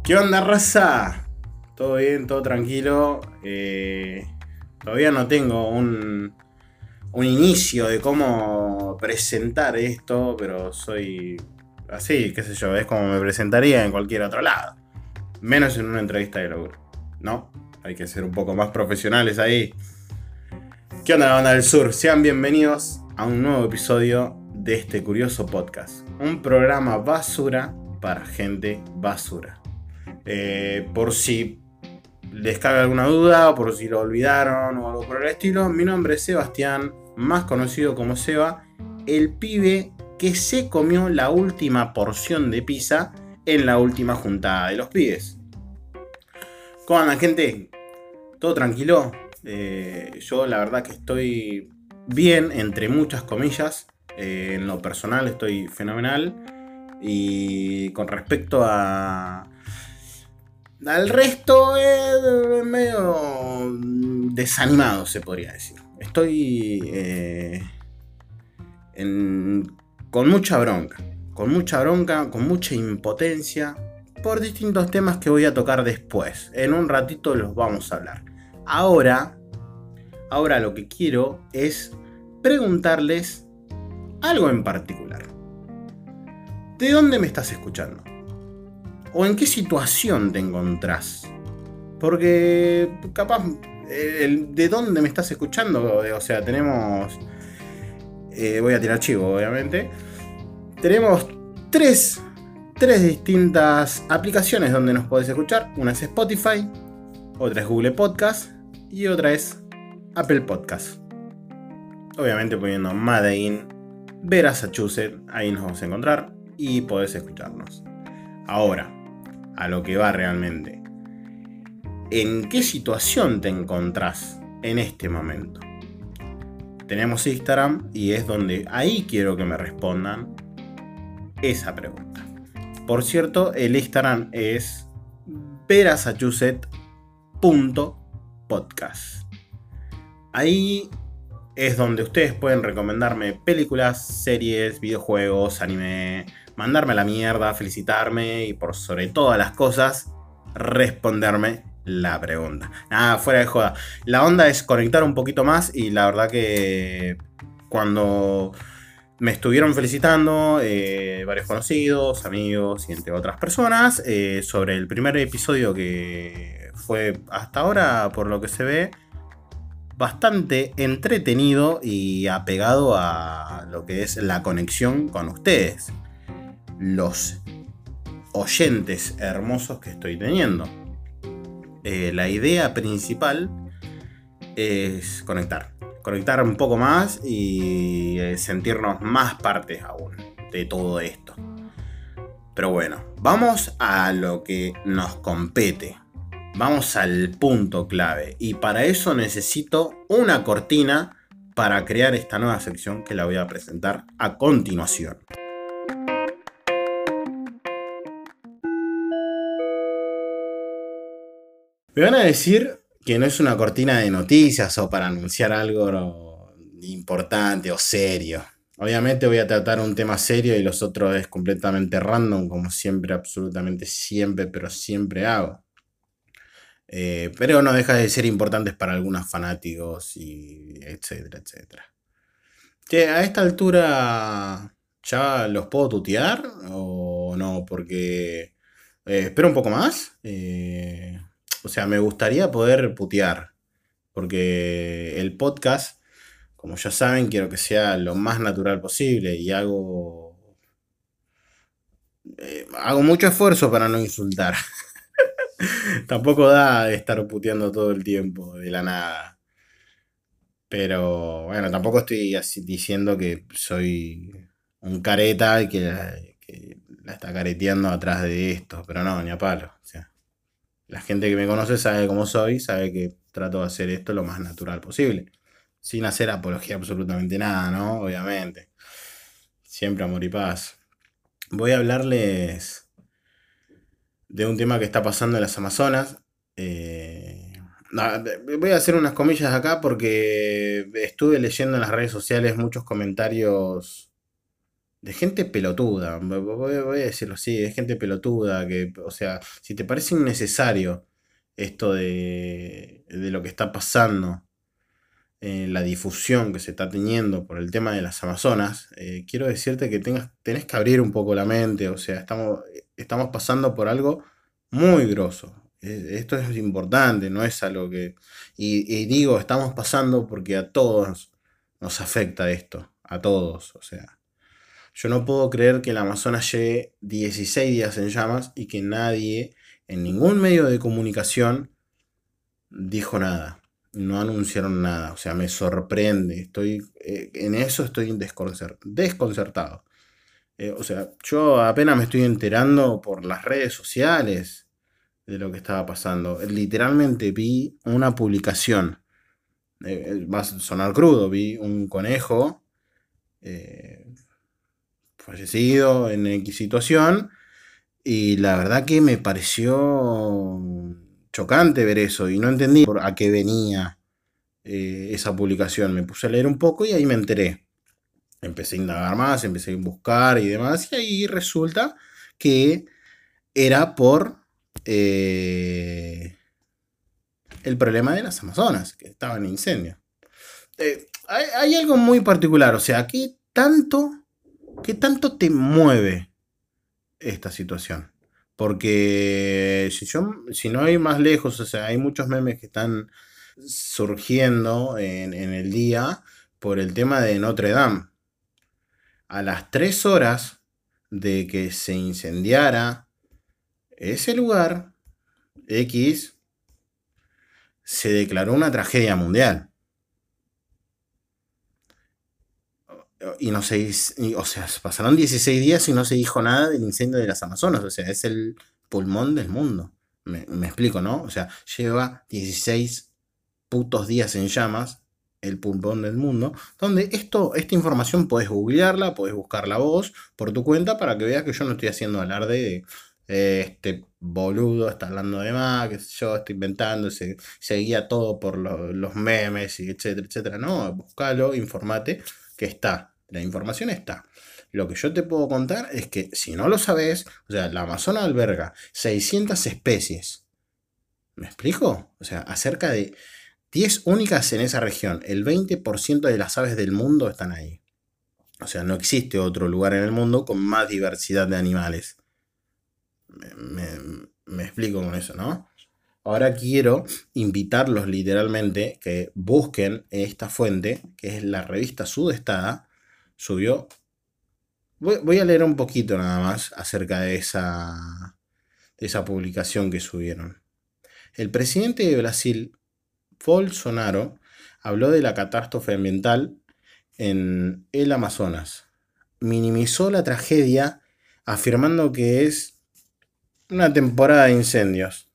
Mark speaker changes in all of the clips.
Speaker 1: ¿Qué onda, raza? ¿Todo bien? ¿Todo tranquilo? Todavía no tengo un inicio de cómo presentar esto, pero soy así, qué sé yo, es como me presentaría en cualquier otro lado. Menos en una entrevista de laburo, ¿no? Hay que ser un poco más profesionales ahí. ¿Qué onda, la banda del sur? Sean bienvenidos a un nuevo episodio de este curioso podcast. Un programa basura para gente basura. Por si les cabe alguna duda o por si lo olvidaron o algo por el estilo, mi nombre es Sebastián, más conocido como Seba, el pibe que se comió la última porción de pizza en la última juntada de los pibes. ¿Cómo andan, gente? ¿Todo tranquilo? Yo la verdad que estoy bien, entre muchas comillas. En lo personal estoy fenomenal. Y con respecto al resto, medio desanimado, se podría decir. Estoy con mucha bronca. Con mucha bronca, con mucha impotencia. Por distintos temas que voy a tocar después. En un ratito los vamos a hablar. Ahora lo que quiero es preguntarles algo en particular. ¿De dónde me estás escuchando? ¿O en qué situación te encontrás? Porque capaz, ¿de dónde me estás escuchando? O sea, tenemos... voy a tirar chivo, obviamente. Tenemos tres distintas aplicaciones donde nos podés escuchar. Una es Spotify, otra es Google Podcast y otra es Apple Podcast. Obviamente poniendo Made in Massachusetts, ahí nos vamos a encontrar y podés escucharnos. Ahora, a lo que va realmente. ¿En qué situación te encontrás en este momento? Tenemos Instagram y es donde ahí quiero que me respondan esa pregunta. Por cierto, el Instagram es verasachusett.podcast. Ahí es donde ustedes pueden recomendarme películas, series, videojuegos, anime, mandarme a la mierda, felicitarme y por sobre todas las cosas, responderme la pregunta. Nada, fuera de joda. La onda es conectar un poquito más y la verdad que cuando me estuvieron felicitando varios conocidos, amigos y entre otras personas sobre el primer episodio que fue hasta ahora, por lo que se ve, bastante entretenido y apegado a lo que es la conexión con ustedes, los oyentes hermosos que estoy teniendo. La idea principal es conectar un poco más y sentirnos más partes aún de todo esto. Pero bueno, vamos a lo que nos compete. Vamos al punto clave. Y para eso necesito una cortina para crear esta nueva sección que la voy a presentar a continuación. Me van a decir que no es una cortina de noticias o para anunciar algo importante o serio. Obviamente voy a tratar un tema serio y los otros es completamente random, como siempre, absolutamente siempre, pero siempre hago. Pero no deja de ser importantes para algunos fanáticos y etcétera, etcétera. Che, a esta altura ya los puedo tutear o no, porque espero un poco más. O sea, me gustaría poder putear, porque el podcast, como ya saben, quiero que sea lo más natural posible y hago mucho esfuerzo para no insultar. Tampoco da de estar puteando todo el tiempo, de la nada. Pero bueno, tampoco estoy así diciendo que soy un careta y que la está careteando atrás de esto. Pero no, ni a palo. O sea, la gente que me conoce sabe cómo soy, sabe que trato de hacer esto lo más natural posible. Sin hacer apología absolutamente nada, ¿no? Obviamente. Siempre amor y paz. Voy a hablarles de un tema que está pasando en las Amazonas. Voy a hacer unas comillas acá porque estuve leyendo en las redes sociales muchos comentarios de gente pelotuda, voy a decirlo así, de gente pelotuda, que, o sea, si te parece innecesario esto de lo que está pasando, la difusión que se está teniendo por el tema de las Amazonas, quiero decirte que tenés que abrir un poco la mente, o sea, estamos pasando por algo muy grosso. Esto es importante, no es algo que... Y digo, estamos pasando porque a todos nos afecta esto, a todos, o sea. Yo no puedo creer que el Amazonas lleve 16 días en llamas y que nadie, en ningún medio de comunicación, dijo nada. No anunciaron nada. O sea, me sorprende. En eso estoy desconcertado. O sea, yo apenas me estoy enterando por las redes sociales de lo que estaba pasando. Literalmente vi una publicación. Va a sonar crudo. Vi un conejo eh, fallecido en X situación. Y la verdad que me pareció chocante ver eso. Y no entendí a qué venía esa publicación. Me puse a leer un poco y ahí me enteré. Empecé a indagar más, empecé a buscar y demás. Y ahí resulta que era por el problema de las Amazonas, que estaban en incendio. Hay algo muy particular, o sea, qué tanto te mueve esta situación? Porque si no hay más lejos, o sea, hay muchos memes que están surgiendo en el día por el tema de Notre Dame. A las 3 horas de que se incendiara ese lugar, X, se declaró una tragedia mundial. Y no se, o sea, pasaron 16 días y no se dijo nada del incendio de las Amazonas. O sea, es el pulmón del mundo. Me explico, ¿no? O sea, lleva 16 putos días en llamas el pulmón del mundo, donde esta información podés googlearla, podés buscarla vos por tu cuenta para que veas que yo no estoy haciendo alarde de este boludo está hablando de más, que yo estoy inventando, se guía todo por los memes y etcétera, etcétera. No, buscalo, informate, que está, la información está. Lo que yo te puedo contar es que si no lo sabes, o sea, la Amazonas alberga 600 especies. ¿Me explico? O sea, acerca de 10 únicas en esa región. El 20% de las aves del mundo están ahí. O sea, no existe otro lugar en el mundo con más diversidad de animales. Me explico con eso, ¿no? Ahora quiero invitarlos literalmente que busquen esta fuente, que es la revista Sudestada. Subió. Voy a leer un poquito nada más acerca de esa publicación que subieron. El presidente de Brasil, Bolsonaro, habló de la catástrofe ambiental en el Amazonas. Minimizó la tragedia afirmando que es una temporada de incendios.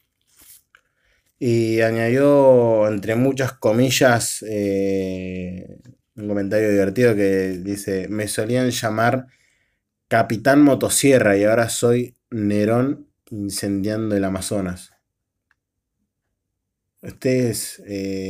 Speaker 1: Y añadió, entre muchas comillas, un comentario divertido que dice, me solían llamar Capitán Motosierra y ahora soy Nerón incendiando el Amazonas. Ustedes...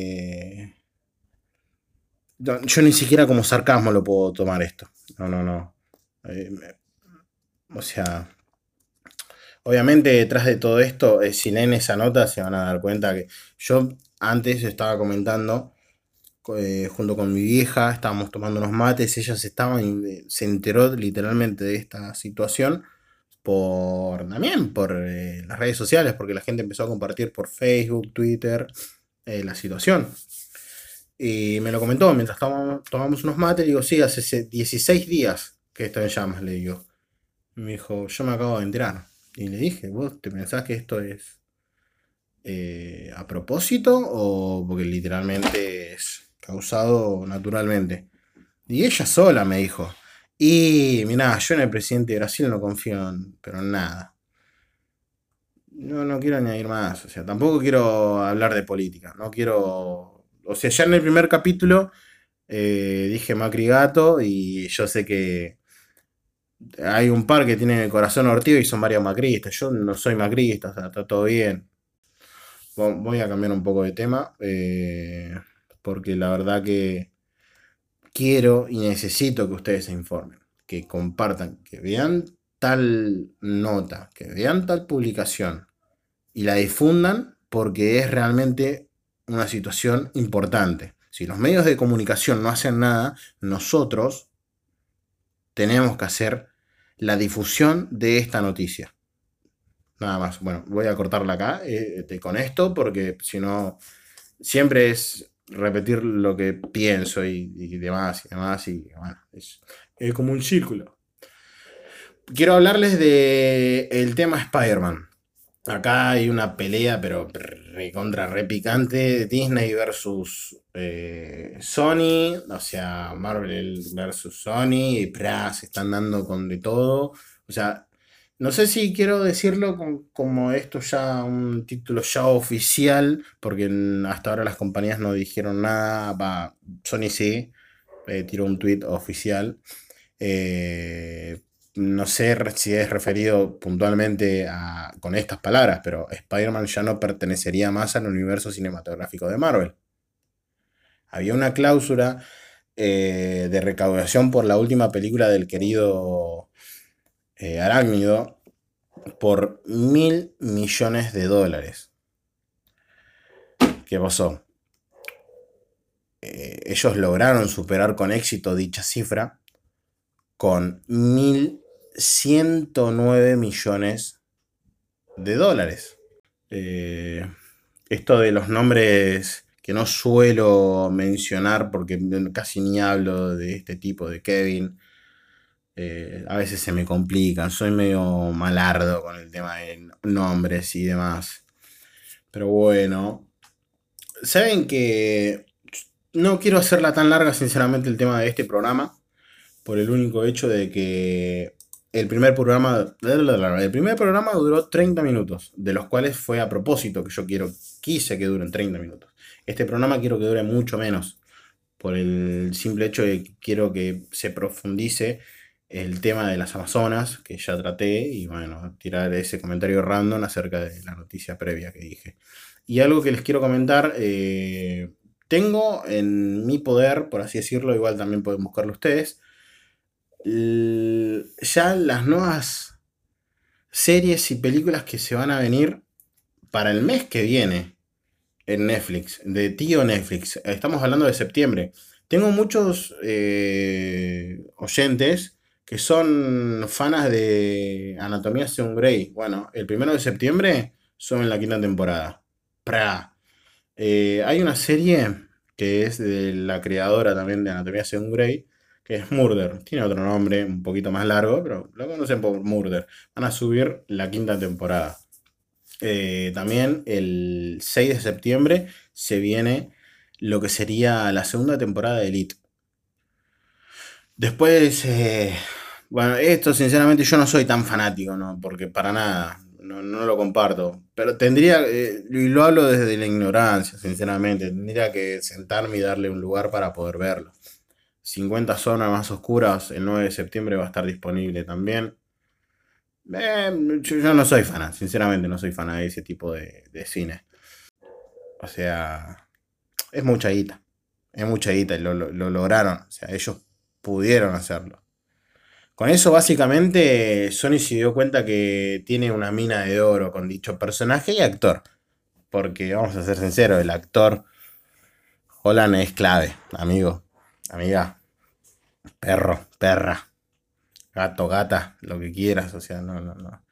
Speaker 1: yo ni siquiera como sarcasmo lo puedo tomar esto. No, no, no. Eh, o sea, obviamente detrás de todo esto, si leen esa nota se van a dar cuenta que yo antes estaba comentando, junto con mi vieja, estábamos tomando unos mates, se enteró literalmente de esta situación también por las redes sociales, porque la gente empezó a compartir por Facebook, Twitter, la situación. Y me lo comentó mientras tomamos unos mates. Le digo, sí, hace 16 días que esto en llamas, le digo. Y me dijo, yo me acabo de enterar. Y le dije, ¿vos te pensás que esto es a propósito o porque literalmente es causado naturalmente? Y ella sola me dijo. Y mirá, yo en el presidente de Brasil no confío pero en nada. No, no quiero añadir más. O sea, tampoco quiero hablar de política. No quiero. O sea, ya en el primer capítulo dije Macri gato y yo sé que hay un par que tienen el corazón ortigo y son varios macristas. Yo no soy macrista, o sea, está todo bien. Voy a cambiar un poco de tema porque la verdad que quiero y necesito que ustedes se informen. que compartan, que vean tal nota, que vean tal publicación y la difundan porque es realmente una situación importante. Si los medios de comunicación no hacen nada, nosotros tenemos que hacer la difusión de esta noticia. Nada más. Bueno, voy a cortarla acá con esto porque si no, siempre es repetir lo que pienso y demás y demás. Y bueno, es como un círculo. Quiero hablarles de el tema Spider-Man. Acá hay una pelea, pero recontra re picante. Disney versus Sony. O sea, Marvel versus Sony. Y se están dando con de todo. O sea, no sé si quiero decirlo como esto ya un título ya oficial. Porque hasta ahora las compañías no dijeron nada. Sony sí. Tiró un tweet oficial. Eh, no sé si es referido puntualmente con estas palabras, pero Spider-Man ya no pertenecería más al universo cinematográfico de Marvel. Había una cláusula de recaudación por la última película del querido Arácnido por $1.000 millones. ¿Qué pasó? Ellos lograron superar con éxito dicha cifra con 1.109 millones de dólares. Esto de los nombres que no suelo mencionar porque casi ni hablo de este tipo de Kevin. A veces se me complican, soy medio malardo con el tema de nombres y demás. Pero bueno, saben que no quiero hacerla tan larga sinceramente el tema de este programa por el único hecho de que el primer programa duró 30 minutos, de los cuales fue a propósito que yo quise que duren 30 minutos. Este programa quiero que dure mucho menos, por el simple hecho de que quiero que se profundice el tema de las Amazonas, que ya traté, y bueno, tirar ese comentario random acerca de la noticia previa que dije. Y algo que les quiero comentar, tengo en mi poder, por así decirlo, igual también pueden buscarlo ustedes, ya las nuevas series y películas que se van a venir para el mes que viene en Netflix, de tío Netflix. Estamos hablando de septiembre. Tengo muchos oyentes que son fanas de Anatomía según Grey. Bueno, el 1 de septiembre son en la quinta temporada. Hay una serie que es de la creadora también de Anatomía según Grey, que es Murder. Tiene otro nombre un poquito más largo, pero lo conocen por Murder. Van a subir la quinta temporada. También el 6 de septiembre se viene lo que sería la segunda temporada de Elite. Después, bueno, esto sinceramente yo no soy tan fanático, ¿no? Porque para nada, no lo comparto. Pero tendría, y lo hablo desde la ignorancia, sinceramente, tendría que sentarme y darle un lugar para poder verlo. 50 zonas más oscuras, el 9 de septiembre va a estar disponible también. Yo no soy fan, sinceramente no soy fan de ese tipo de cine. O sea, es mucha guita. Es mucha guita y lo lograron. O sea, ellos pudieron hacerlo. Con eso, básicamente, Sony se dio cuenta que tiene una mina de oro con dicho personaje y actor. Porque, vamos a ser sinceros, el actor Holland es clave, amigo, amiga, perro, perra, gato, gata, lo que quieras. O sea, no.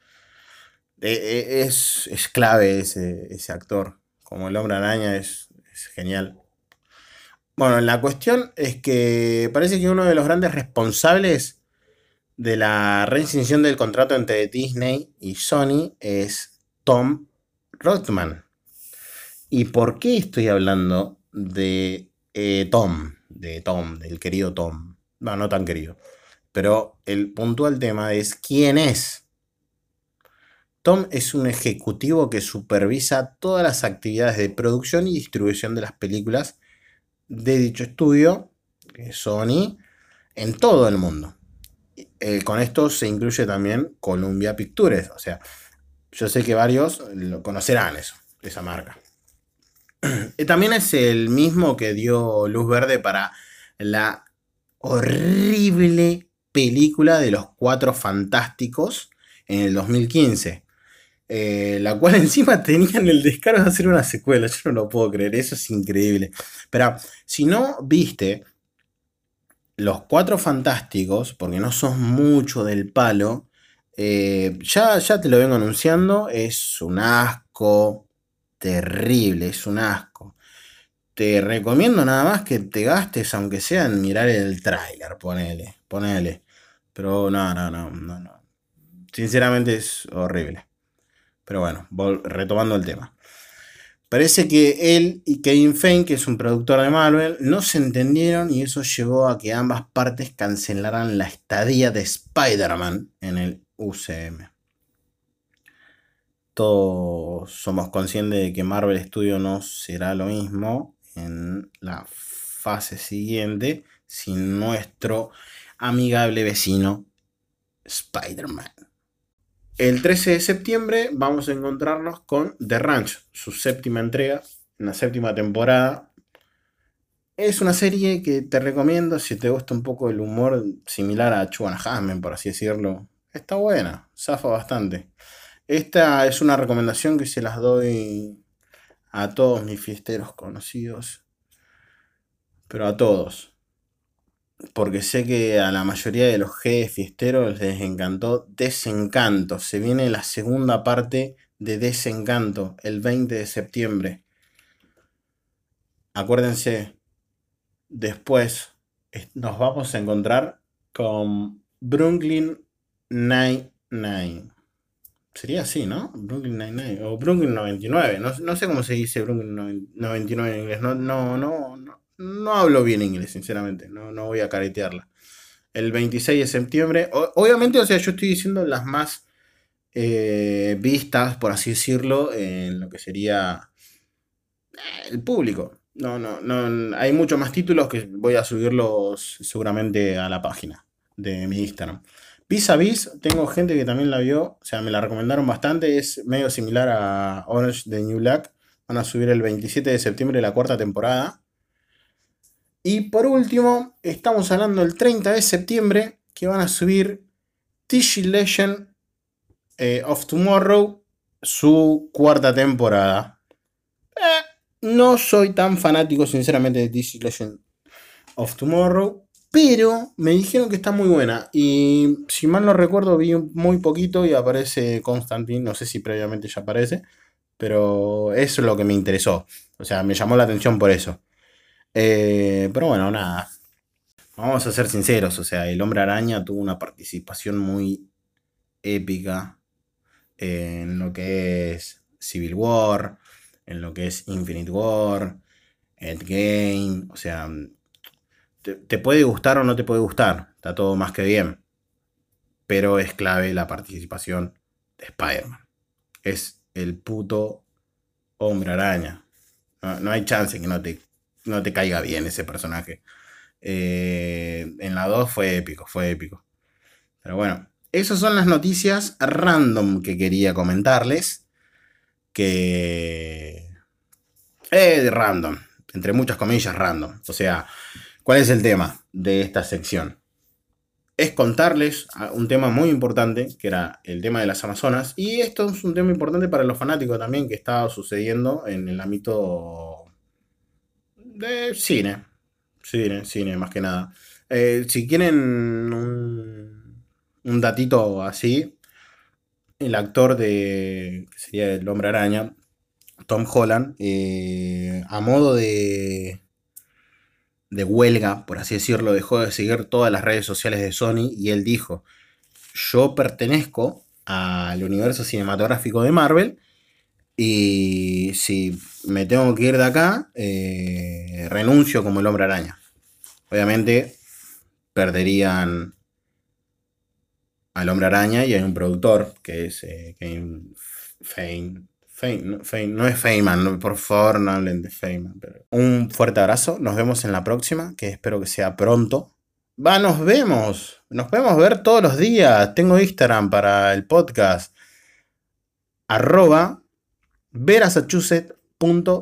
Speaker 1: Es clave ese actor. Como el Hombre Araña es genial. Bueno, la cuestión es que parece que uno de los grandes responsables de la rescisión del contrato entre Disney y Sony es Tom Rothman. ¿Y por qué estoy hablando de Tom? De Tom, del querido Tom. No, no tan querido. Pero el puntual tema es quién es. Tom es un ejecutivo que supervisa todas las actividades de producción y distribución de las películas de dicho estudio, que es Sony, en todo el mundo. Con esto se incluye también Columbia Pictures. O sea, yo sé que varios lo conocerán eso, esa marca. También es el mismo que dio luz verde para la horrible película de los Cuatro Fantásticos en el 2015. La cual encima tenían el descaro de hacer una secuela. Yo no lo puedo creer, eso es increíble. Pero si no viste Los Cuatro Fantásticos, porque no sos mucho del palo, ya te lo vengo anunciando, es un asco terrible, es un asco. Te recomiendo nada más que te gastes, aunque sea en mirar el tráiler, ponele. Pero no. Sinceramente es horrible. Pero bueno, retomando el tema. Parece que él y Kevin Feige, que es un productor de Marvel, no se entendieron y eso llevó a que ambas partes cancelaran la estadía de Spider-Man en el UCM. Todos somos conscientes de que Marvel Studios no será lo mismo en la fase siguiente sin nuestro amigable vecino Spider-Man. El 13 de septiembre vamos a encontrarnos con The Ranch, su séptima entrega, una séptima temporada. Es una serie que te recomiendo si te gusta un poco el humor similar a Two and a Half Men, por así decirlo. Está buena, zafa bastante. Esta es una recomendación que se las doy a todos mis fiesteros conocidos, pero a todos. Porque sé que a la mayoría de los G fiesteros les encantó Desencanto. Se viene la segunda parte de Desencanto el 20 de septiembre. Acuérdense, después nos vamos a encontrar con Brooklyn Nine-Nine. Sería así, ¿no? Brooklyn Nine-Nine. O Brooklyn 99. No sé cómo se dice Brooklyn 99 en inglés. No hablo bien inglés, sinceramente. No voy a caretearla. El 26 de septiembre. Obviamente, o sea, yo estoy diciendo las más vistas, por así decirlo, en lo que sería el público. No. Hay muchos más títulos que voy a subirlos seguramente a la página de mi Instagram. Vis a Vis, tengo gente que también la vio, o sea, me la recomendaron bastante, es medio similar a Orange de New Black. Van a subir el 27 de septiembre la cuarta temporada. Y por último, estamos hablando del 30 de septiembre, que van a subir TG Legend of Tomorrow, su cuarta temporada. No soy tan fanático, sinceramente, de TG Legend of Tomorrow, pero me dijeron que está muy buena. Y si mal no recuerdo, vi muy poquito y aparece Constantine. No sé si previamente ya aparece, pero eso es lo que me interesó. O sea, me llamó la atención por eso. Pero bueno, nada. Vamos a ser sinceros, o sea, el Hombre Araña tuvo una participación muy épica en lo que es Civil War, en lo que es Infinite War, Endgame, o sea, te puede gustar o no te puede gustar, está todo más que bien, pero es clave la participación de Spider-Man. Es el puto Hombre Araña. No hay chance que no te caiga bien ese personaje. En la 2 fue épico, fue épico. Pero bueno, esas son las noticias random que quería comentarles. Que... random, entre muchas comillas random. O sea, ¿cuál es el tema de esta sección? Es contarles un tema muy importante, que era el tema de las Amazonas. Y esto es un tema importante para los fanáticos también, que está sucediendo en el ámbito de cine. Cine, más que nada. Si quieren un datito así, el actor que sería el Hombre Araña, Tom Holland, a modo de huelga, por así decirlo, dejó de seguir todas las redes sociales de Sony y él dijo, yo pertenezco al universo cinematográfico de Marvel y si me tengo que ir de acá, renuncio como el Hombre Araña. Obviamente perderían al Hombre Araña y hay un productor que es Kevin Feige. No es Feynman, por favor no hablen de Feynman. Pero... Un fuerte abrazo, nos vemos en la próxima, que espero que sea pronto. Nos vemos, nos podemos ver todos los días. Tengo Instagram para el podcast,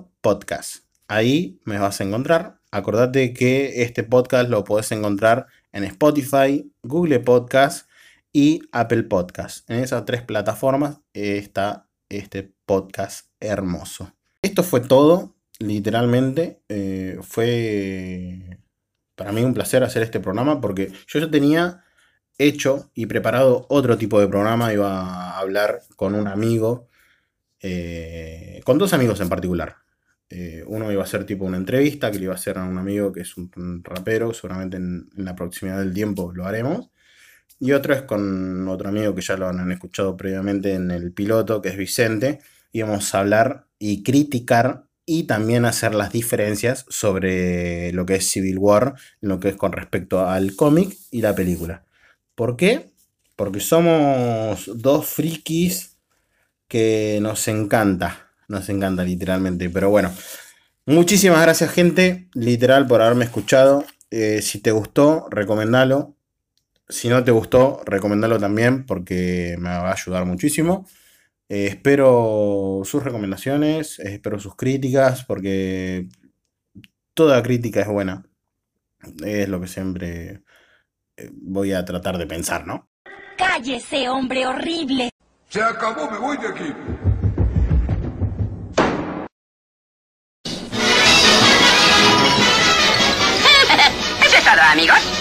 Speaker 1: @verasachusett.podcast. Ahí me vas a encontrar. Acordate que este podcast lo podés encontrar en Spotify, Google Podcast y Apple Podcast. En esas 3 plataformas está este podcast hermoso. Esto fue todo, literalmente. Fue para mí un placer hacer este programa porque yo ya tenía hecho y preparado otro tipo de programa. Iba a hablar con un amigo, con 2 amigos en particular. Uno iba a ser tipo una entrevista que le iba a hacer a un amigo que es un rapero, seguramente en la proximidad del tiempo lo haremos. Y otro es con otro amigo que ya lo han escuchado previamente en el piloto, que es Vicente. Íbamos a hablar y criticar y también hacer las diferencias sobre lo que es Civil War, lo que es con respecto al cómic y la película. ¿Por qué? Porque somos 2 frikis que nos encanta literalmente. Pero bueno, muchísimas gracias, gente, literal, por haberme escuchado. Si te gustó, recomendalo. Si no te gustó, recomendalo también porque me va a ayudar muchísimo. Espero sus recomendaciones, espero sus críticas, porque toda crítica es buena. Es lo que siempre voy a tratar de pensar, ¿no?
Speaker 2: ¡Cállese, hombre horrible!
Speaker 3: Se acabó, me voy de aquí.
Speaker 2: Eso es todo, amigos.